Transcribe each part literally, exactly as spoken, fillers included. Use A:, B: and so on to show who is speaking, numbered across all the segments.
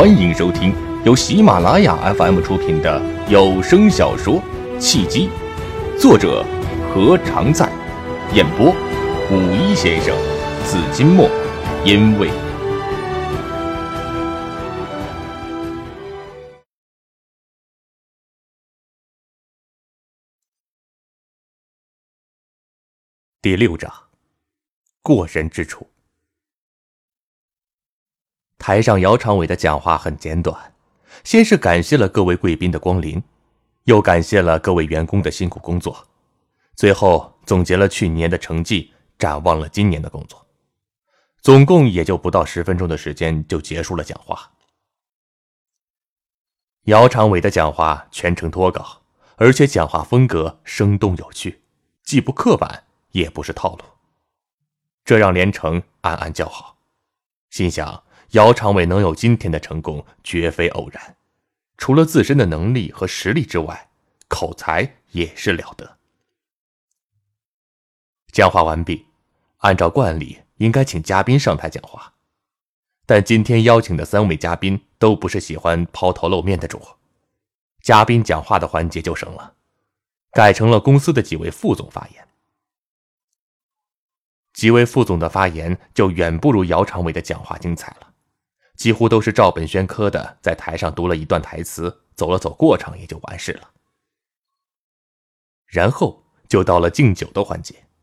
A: 欢迎收听由喜马拉雅 F M 出品的有声小说《契机》，作者何常在，演播五一先生、紫金墨，因为第六章，过人之处。台上姚长伟的讲话很简短，先是感谢了各位贵宾的光临，又感谢了各位员工的辛苦工作，最后总结了去年的成绩，展望了今年的工作。总共也就不到十分钟的时间就结束了讲话。姚长伟的讲话全程脱稿，而且讲话风格生动有趣，既不刻板也不是套路，这让连城暗暗叫好，心想姚长伟能有今天的成功绝非偶然，除了自身的能力和实力之外，口才也是了得。讲话完毕，按照惯例应该请嘉宾上台讲话，但今天邀请的三位嘉宾都不是喜欢抛头露面的主，嘉宾讲话的环节就省了，改成了公司的几位副总发言。几位副总的发言就远不如姚长伟的讲话精彩了，几乎都是照本宣科的在台上读了一段台词，走了走过场也就完事了。然后就到了敬酒的环节。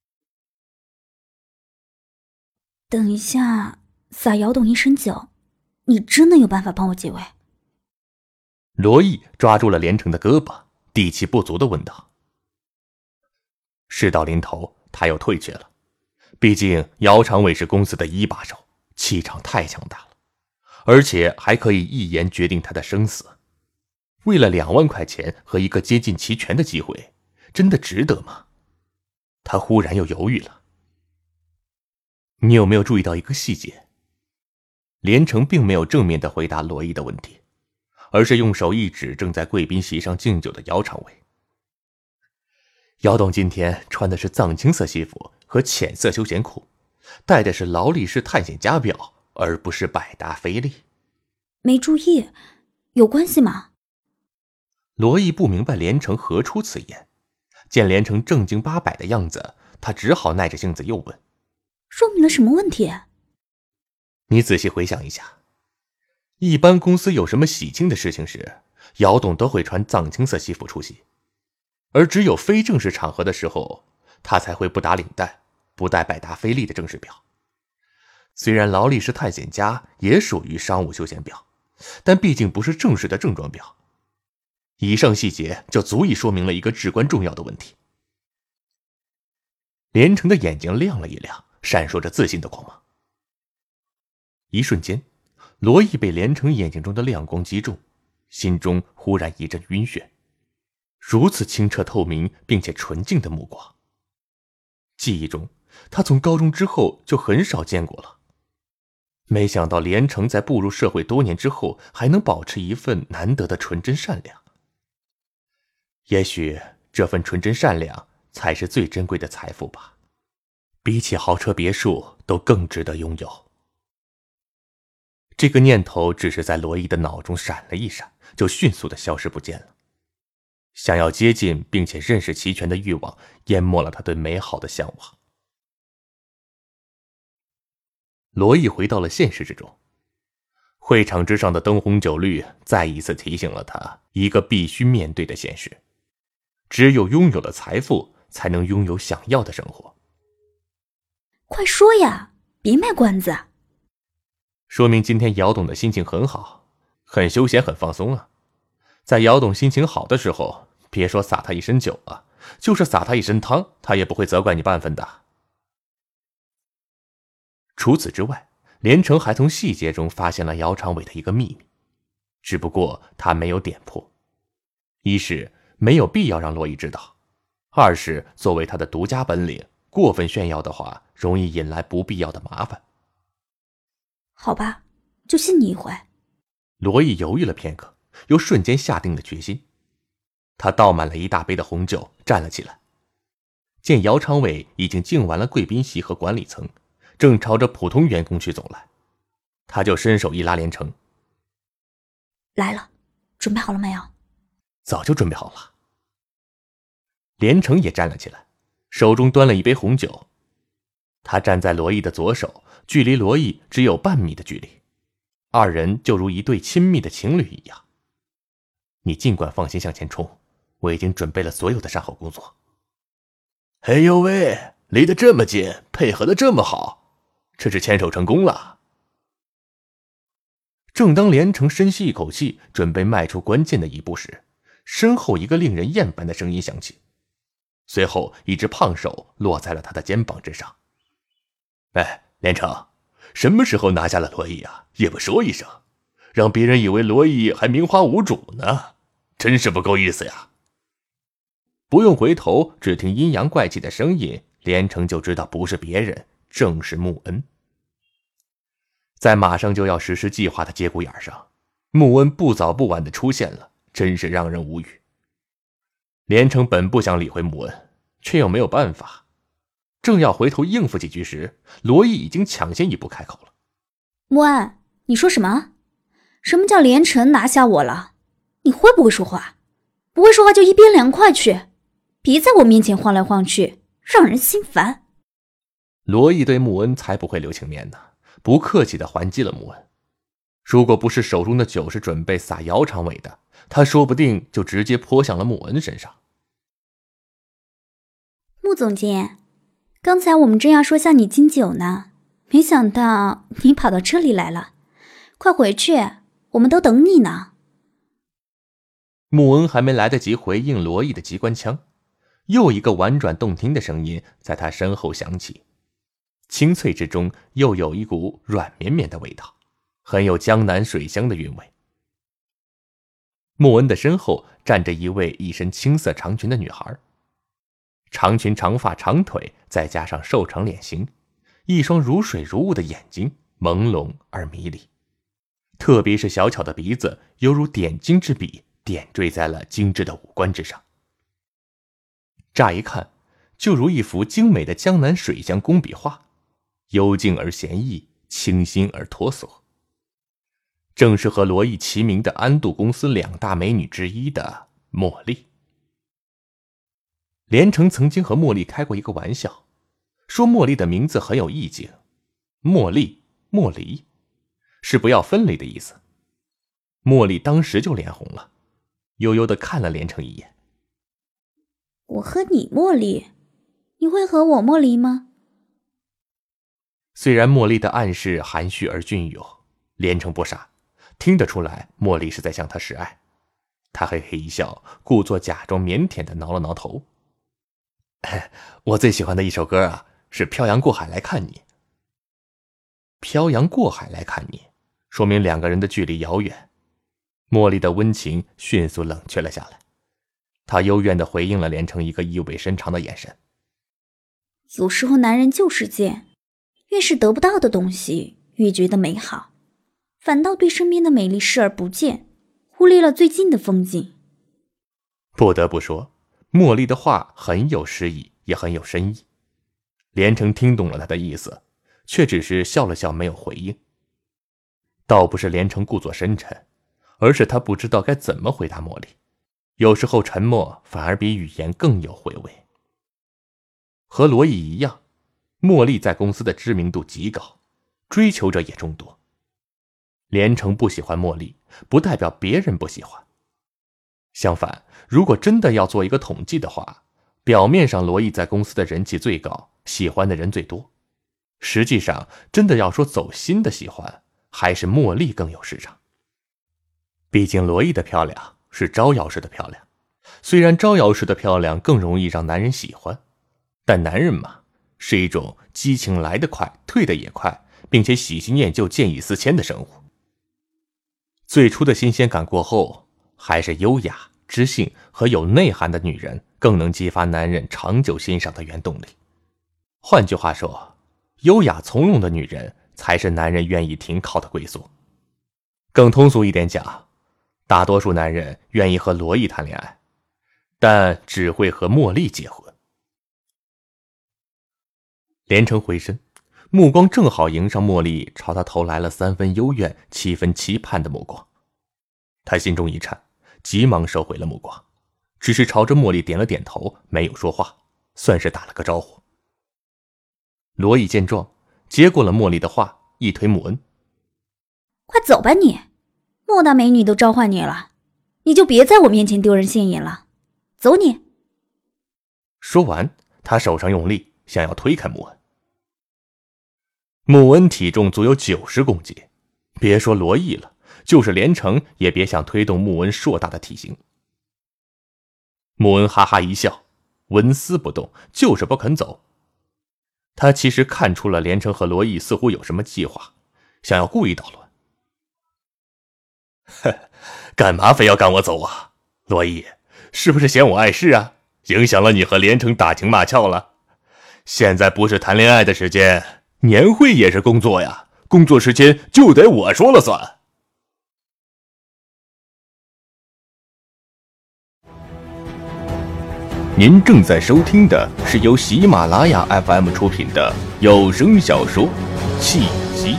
B: 等一下，洒姚董一身酒，你真的有办法帮我解围？
A: 罗毅抓住了连城的胳膊，底气不足地问道。事到临头，他又退却了，毕竟姚长伟是公司的一把手，气场太强大了，而且还可以一言决定他的生死。为了两万块钱和一个接近齐全的机会，真的值得吗？他忽然又犹豫了。你有没有注意到一个细节？连城并没有正面的回答罗毅的问题，而是用手一指正在贵宾席上敬酒的姚长伟。姚董今天穿的是藏青色西服和浅色休闲裤，戴的是劳力士探险家表，而不是百达翡丽。
B: 没注意，有关系吗？
A: 罗毅不明白连城何出此言，见连城正经八百的样子，他只好耐着性子又问，
B: 说明了什么问题？
A: 你仔细回想一下，一般公司有什么喜庆的事情时，姚董都会穿藏青色西服出席，而只有非正式场合的时候，他才会不打领带，不戴百达翡丽的正式表。虽然劳力士探险家也属于商务休闲表，但毕竟不是正式的正装表。以上细节就足以说明了一个至关重要的问题。连城的眼睛亮了一亮，闪烁着自信的光芒。一瞬间，罗毅被连城眼睛中的亮光击中，心中忽然一阵晕眩。如此清澈透明并且纯净的目光，记忆中他从高中之后就很少见过了。没想到连城在步入社会多年之后，还能保持一份难得的纯真善良。也许这份纯真善良才是最珍贵的财富吧，比起豪车别墅都更值得拥有。这个念头只是在罗毅的脑中闪了一闪，就迅速的消失不见了。想要接近并且认识齐全的欲望淹没了他对美好的向往。罗毅回到了现实之中，会场之上的灯红酒绿再一次提醒了他一个必须面对的现实，只有拥有了财富才能拥有想要的生活。
B: 快说呀，别卖关子。
A: 说明今天姚董的心情很好，很休闲，很放松啊。在姚董心情好的时候，别说洒他一身酒了，就是洒他一身汤，他也不会责怪你半分的。除此之外，连城还从细节中发现了姚长伟的一个秘密，只不过他没有点破。一是没有必要让罗毅知道，二是作为他的独家本领，过分炫耀的话容易引来不必要的麻烦。
B: 好吧，就信你一回。
A: 罗毅犹豫了片刻，又瞬间下定了决心。他倒满了一大杯的红酒，站了起来。见姚长伟已经敬完了贵宾席和管理层，正朝着普通员工区走来，他就伸手一拉连城，
B: 来了，准备好了没有？
A: 早就准备好了。连城也站了起来，手中端了一杯红酒。他站在罗毅的左手，距离罗毅只有半米的距离，二人就如一对亲密的情侣一样。你尽管放心向前冲，我已经准备了所有的善后工作。
C: 哎呦喂，离得这么近，配合得这么好，这是牵手成功了。
A: 正当连城深吸一口气，准备迈出关键的一步时，身后一个令人厌烦的声音响起，随后一只胖手落在了他的肩膀之上。
C: 哎，连城，什么时候拿下了罗毅啊？也不说一声，让别人以为罗毅还名花无主呢，真是不够意思呀。
A: 不用回头，只听阴阳怪气的声音，连城就知道不是别人，正是穆恩。在马上就要实施计划的节骨眼上，穆恩不早不晚地出现了，真是让人无语。连城本不想理会穆恩，却又没有办法。正要回头应付几句时，罗毅已经抢先一步开口了。
B: 穆恩，你说什么？什么叫连城拿下我了？你会不会说话？不会说话就一边凉快去，别在我面前晃来晃去，让人心烦。
A: 罗毅对穆恩才不会留情面呢，不客气地还击了穆恩。如果不是手中的酒是准备撒姚长伟的，他说不定就直接泼向了穆恩身上。
B: 穆总监，刚才我们正要说向你敬酒呢，没想到你跑到这里来了，快回去，我们都等你呢。
A: 穆恩还没来得及回应罗毅的机关枪，又一个婉转动听的声音在他身后响起，清脆之中又有一股软绵绵的味道，很有江南水乡的韵味。穆恩的身后站着一位一身青色长裙的女孩，长裙长发长腿，再加上瘦长脸型，一双如水如雾的眼睛，朦胧而迷离，特别是小巧的鼻子，犹如点睛之笔，点缀在了精致的五官之上。乍一看，就如一幅精美的江南水乡工笔画，幽静而闲逸，清新而脱俗。正是和罗毅齐名的安度公司两大美女之一的茉莉。连城曾经和茉莉开过一个玩笑，说茉莉的名字很有意境，茉莉、茉莉，是不要分离的意思。茉莉当时就脸红了，悠悠地看了连城一眼。
B: 我和你茉莉，你会和我茉莉吗？
A: 虽然茉莉的暗示含蓄而隽永，连城不傻，听得出来茉莉是在向他示爱。他嘿嘿一笑，故作假装腼腆地挠了挠头。我最喜欢的一首歌啊，是《漂洋过海来看你》。漂洋过海来看你，说明两个人的距离遥远。茉莉的温情迅速冷却了下来，她幽怨地回应了连城一个意味深长的眼神。
B: 有时候男人就是贱，越是得不到的东西，越觉得美好，反倒对身边的美丽视而不见，忽略了最近的风景。
A: 不得不说，茉莉的话很有诗意，也很有深意。连城听懂了他的意思，却只是笑了笑，没有回应。倒不是连城故作深沉，而是他不知道该怎么回答茉莉。有时候沉默反而比语言更有回味。和罗毅一样，茉莉在公司的知名度极高，追求者也众多。连城不喜欢茉莉，不代表别人不喜欢。相反，如果真的要做一个统计的话，表面上罗毅在公司的人气最高，喜欢的人最多，实际上真的要说走心的喜欢，还是茉莉更有市场。毕竟罗毅的漂亮是招摇式的漂亮，虽然招摇式的漂亮更容易让男人喜欢，但男人嘛，是一种激情来得快，退得也快，并且喜新厌旧，见异思迁的生物。最初的新鲜感过后，还是优雅、知性和有内涵的女人更能激发男人长久欣赏的原动力。换句话说，优雅从容的女人才是男人愿意停靠的归宿。更通俗一点讲，大多数男人愿意和罗毅谈恋爱，但只会和茉莉结婚。连城回身，目光正好迎上茉莉朝他投来了三分幽怨七分期盼的目光。 他心中一颤，急忙收回了目光，只是朝着茉莉点了点头，没有说话，算是打了个招呼。罗毅见状，接过了茉莉的话，一推穆恩：“
B: 快走吧你，莫大美女都召唤你了，你就别在我面前丢人现眼了，走你。”
A: 说完，他手上用力，想要推开穆恩。穆恩体重足有九十公斤，别说罗毅了，就是连城也别想推动穆恩硕大的体型。穆恩哈哈一笑，纹丝不动，就是不肯走。他其实看出了连城和罗毅似乎有什么计划，想要故意捣乱。
C: 呵，干嘛非要赶我走啊？罗毅，是不是嫌我碍事啊？影响了你和连城打情骂俏了？现在不是谈恋爱的时间，年会也是工作呀，工作时间就得我说了算。
A: 您正在收听的是由喜马拉雅 F M 出品的有声小说《契机》。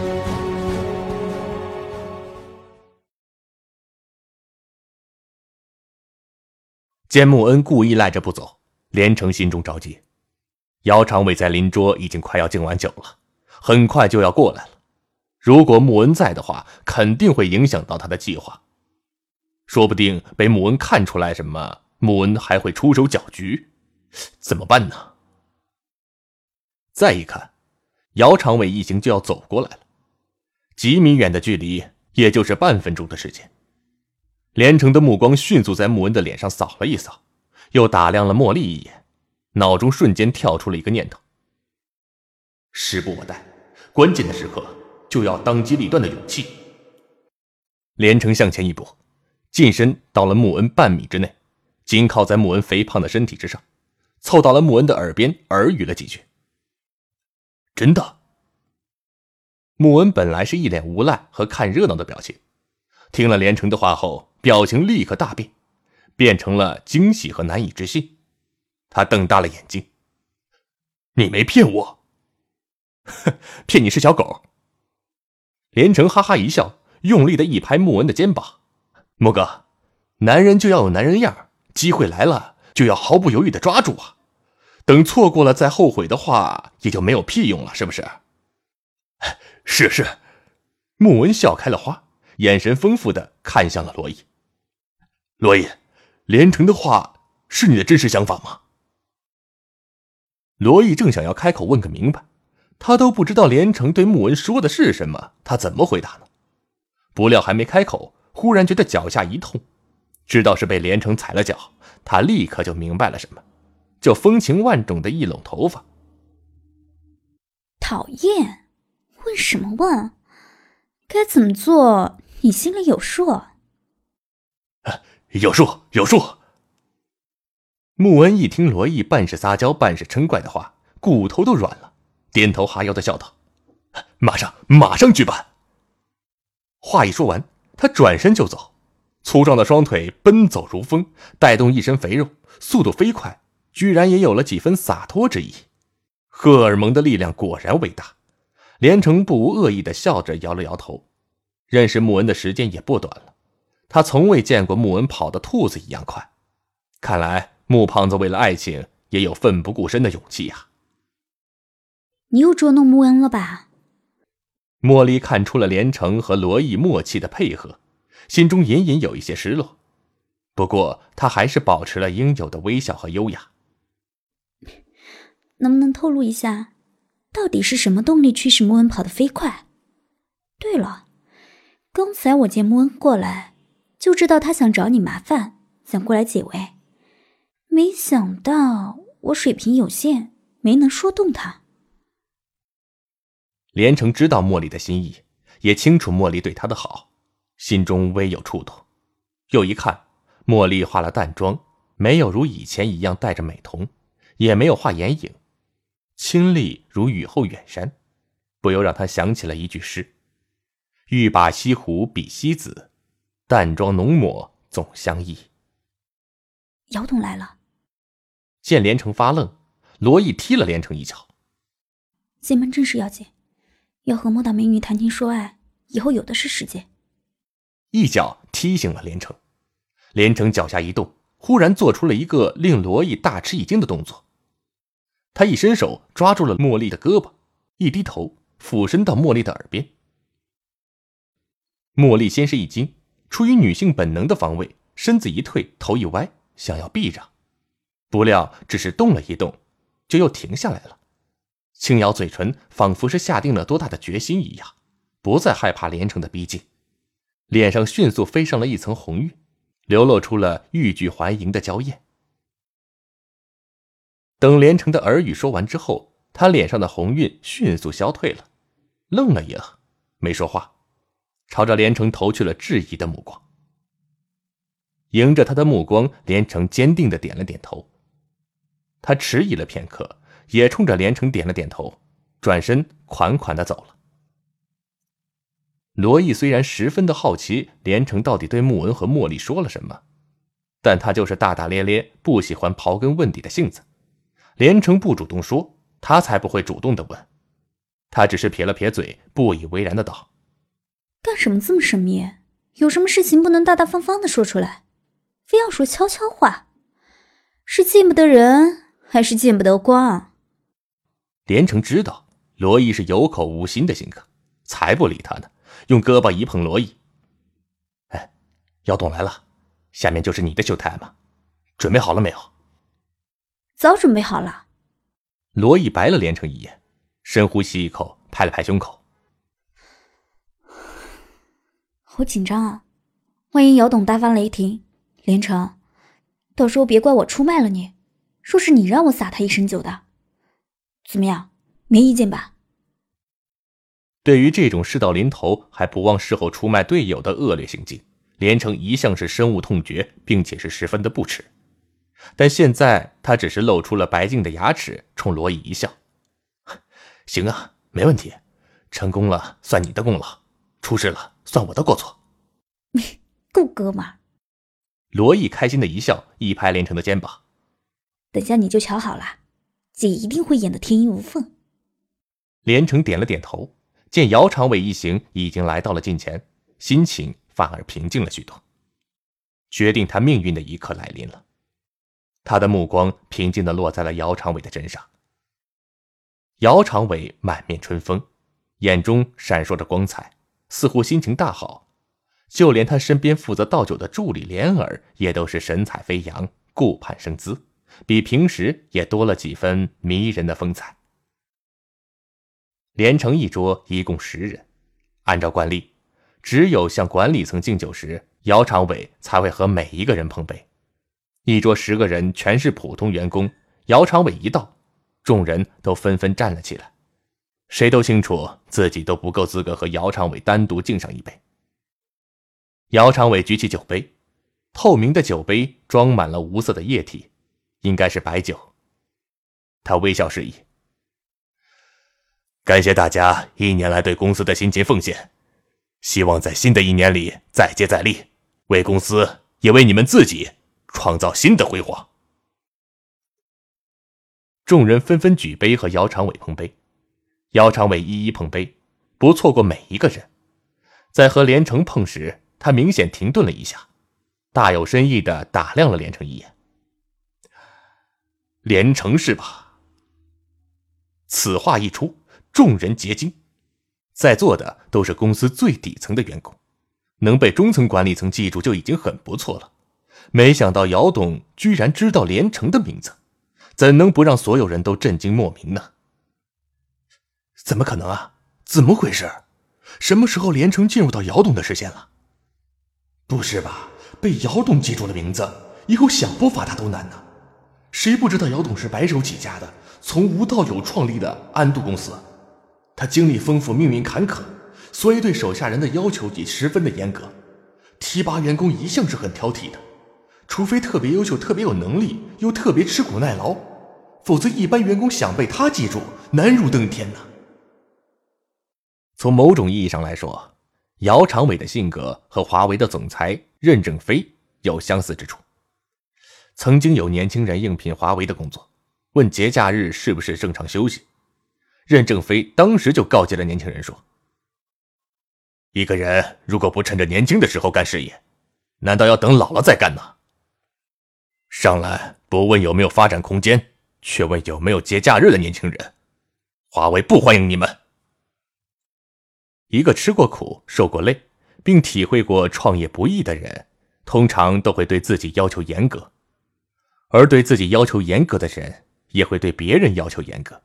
A: 见穆恩故意赖着不走，连城心中着急。姚长伟在邻桌已经快要敬完酒了，很快就要过来了。如果穆恩在的话，肯定会影响到他的计划，说不定被穆恩看出来什么，穆恩还会出手搅局，怎么办呢？再一看，姚长伟一行就要走过来了，几米远的距离，也就是半分钟的时间。连城的目光迅速在穆恩的脸上扫了一扫，又打量了茉莉一眼，脑中瞬间跳出了一个念头：时不我待，关键的时刻就要当机立断的勇气。连城向前一步，近身到了穆恩半米之内，紧靠在穆恩肥胖的身体之上，凑到了穆恩的耳边耳语了几句。真的？穆恩本来是一脸无赖和看热闹的表情，听了连城的话后，表情立刻大变，变成了惊喜和难以置信。他瞪大了眼睛：“你没骗我？”“哼，骗你是小狗。”连城哈哈一笑，用力的一拍穆恩的肩膀：“穆哥，男人就要有男人样，机会来了就要毫不犹豫的抓住啊！等错过了再后悔的话，也就没有屁用了，是不是？”“
C: 是是。”
A: 穆恩笑开了花，眼神丰富的看向了罗毅。
C: “罗毅，连城的话是你的真实想法吗？”
A: 罗毅正想要开口问个明白，他都不知道连城对穆恩说的是什么，他怎么回答呢？不料还没开口，忽然觉得脚下一痛，知道是被连城踩了脚，他立刻就明白了什么，就风情万种的一拢头发。
B: 讨厌，问什么问？该怎么做你心里有数。
C: 啊，有数有数。
A: 穆恩一听罗毅半是撒娇半是嗔怪的话，骨头都软了，点头哈腰的笑道：“
C: 马上马上举办。”
A: 话一说完，他转身就走，粗壮的双腿奔走如风，带动一身肥肉，速度飞快，居然也有了几分洒脱之意。荷尔蒙的力量果然伟大。连城不无恶意的笑着摇了摇头，认识穆恩的时间也不短了，他从未见过穆恩跑得兔子一样快，看来穆胖子为了爱情也有奋不顾身的勇气呀、啊。
B: 你又捉弄穆恩了吧？
A: 茉莉看出了连城和罗毅默契的配合，心中隐隐有一些失落，不过她还是保持了应有的微笑和优雅。
B: 能不能透露一下，到底是什么动力驱使穆恩跑得飞快？对了，刚才我见穆恩过来，就知道他想找你麻烦，想过来解围。没想到我水平有限，没能说动他。
A: 连城知道茉莉的心意，也清楚茉莉对他的好，心中微有触动。又一看，茉莉化了淡妆，没有如以前一样带着美瞳，也没有画眼影，清丽如雨后远山，不由让他想起了一句诗：欲把西湖比西子，淡妆浓抹总相宜。
B: 姚董来了。
A: 见连城发愣，罗毅踢了连城一脚：
B: 进门正事要紧，要和莫大美女谈情说爱，以后有的是时间。
A: 一脚踢醒了连城。连城脚下一动，忽然做出了一个令罗毅大吃一惊的动作。他一伸手抓住了茉莉的胳膊，一低头俯身到茉莉的耳边。茉莉先是一惊，出于女性本能的防卫，身子一退，头一歪，想要避让，不料只是动了一动，就又停下来了，轻咬嘴唇，仿佛是下定了多大的决心一样，不再害怕连城的逼近，脸上迅速飞上了一层红晕，流露出了欲拒还迎的娇艳。等连城的耳语说完之后，他脸上的红晕迅速消退了，愣了一愣，没说话，朝着连城投去了质疑的目光。迎着他的目光，连城坚定地点了点头。他迟疑了片刻，也冲着连城点了点头，转身款款地走了。罗毅虽然十分的好奇连城到底对穆文和茉莉说了什么，但他就是大大咧咧，不喜欢刨根问底的性子。连城不主动说，他才不会主动的问。他只是撇了撇嘴，不以为然的道：
B: 干什么这么神秘？有什么事情不能大大方方的说出来，非要说悄悄话，是见不得人还是见不得光？
A: 连城知道罗毅是有口无心的性格，才不理他呢，用胳膊一碰罗毅：哎，姚董来了，下面就是你的秀台嘛，准备好了没有？
B: 早准备好了。
A: 罗毅白了连城一眼，深呼吸一口，拍了拍胸口：
B: 好紧张啊，万一姚董大发雷霆，连城，到时候别怪我出卖了你，说是你让我洒他一身酒的。怎么样，没意见吧？
A: 对于这种事到临头还不忘事后出卖队友的恶劣行径，连城一向是深恶痛绝，并且是十分的不耻。但现在他只是露出了白净的牙齿，冲罗毅一笑：行啊，没问题，成功了算你的功劳，出事了算我的过错。
B: 够哥们儿。
A: 罗毅开心的一笑，一拍连城的肩膀：
B: 等下你就瞧好了，姐一定会演得天衣无缝。
A: 连城点了点头，见姚长伟一行已经来到了近前，心情反而平静了许多。决定他命运的一刻来临了。他的目光平静地落在了姚长伟的身上。姚长伟满面春风，眼中闪烁着光彩，似乎心情大好。就连他身边负责倒酒的助理莲儿也都是神采飞扬，顾盼生姿，比平时也多了几分迷人的风采。连城一桌一共十人，按照惯例，只有向管理层敬酒时，姚长伟才会和每一个人碰杯。一桌十个人全是普通员工，姚长伟一到，众人都纷纷站了起来，谁都清楚自己都不够资格和姚长伟单独敬上一杯。姚长伟举起酒杯，透明的酒杯装满了无色的液体，应该是白酒。他微笑示意：感谢大家一年来对公司的辛勤奉献，希望在新的一年里再接再厉，为公司也为你们自己创造新的辉煌。众人纷纷举杯和姚长伟碰杯，姚长伟一一碰杯，不错过每一个人。在和连城碰时，他明显停顿了一下，大有深意地打量了连城一眼。连城是吧？此话一出，众人皆惊。在座的都是公司最底层的员工，能被中层管理层记住就已经很不错了。没想到姚董居然知道连城的名字，怎能不让所有人都震惊莫名呢？怎么可能啊？怎么回事？什么时候连城进入到姚董的视线了？不是吧，被姚董记住了名字，以后想不罚他都难呢。谁不知道姚董是白手起家的，从无到有创立的安度公司，他经历丰富，命运坎坷，所以对手下人的要求也十分的严格，提拔员工一向是很挑剔的，除非特别优秀，特别有能力，又特别吃苦耐劳，否则一般员工想被他记住，难如登天呢。从某种意义上来说，姚长伟的性格和华为的总裁任正非有相似之处。曾经有年轻人应聘华为的工作，问节假日是不是正常休息，任正非当时就告诫了年轻人说：一个人如果不趁着年轻的时候干事业，
C: 难道要等老了再干呢？上来不问有没有发展空间，却问有没有节假日的年轻人，华为不欢迎你们。
A: 一个吃过苦、受过累，并体会过创业不易的人，通常都会对自己要求严格，而对自己要求严格的人，也会对别人要求严格。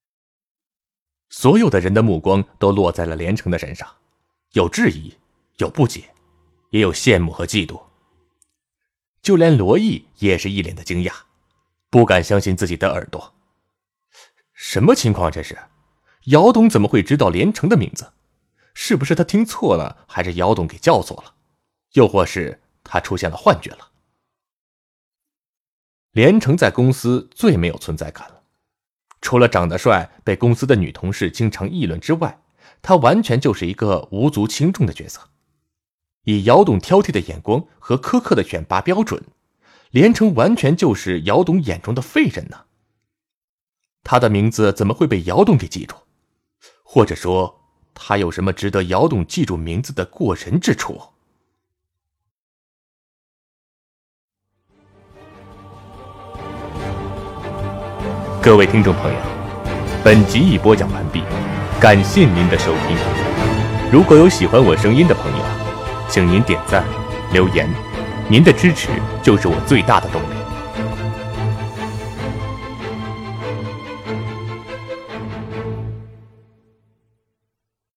A: 所有的人的目光都落在了连城的身上，有质疑，有不解，也有羡慕和嫉妒。就连罗毅也是一脸的惊讶，不敢相信自己的耳朵。什么情况这是？姚董怎么会知道连城的名字？是不是他听错了，还是姚董给叫错了？又或是他出现了幻觉了？连城在公司最没有存在感了，除了长得帅被公司的女同事经常议论之外，他完全就是一个无足轻重的角色。以姚董挑剔的眼光和苛刻的选拔标准，连城完全就是姚董眼中的废人呢。他的名字怎么会被姚董给记住？或者说他有什么值得姚董记住名字的过人之处？各位听众朋友，本集已播讲完毕，感谢您的收听。如果有喜欢我声音的朋友，请您点赞、留言，您的支持就是我最大的动力。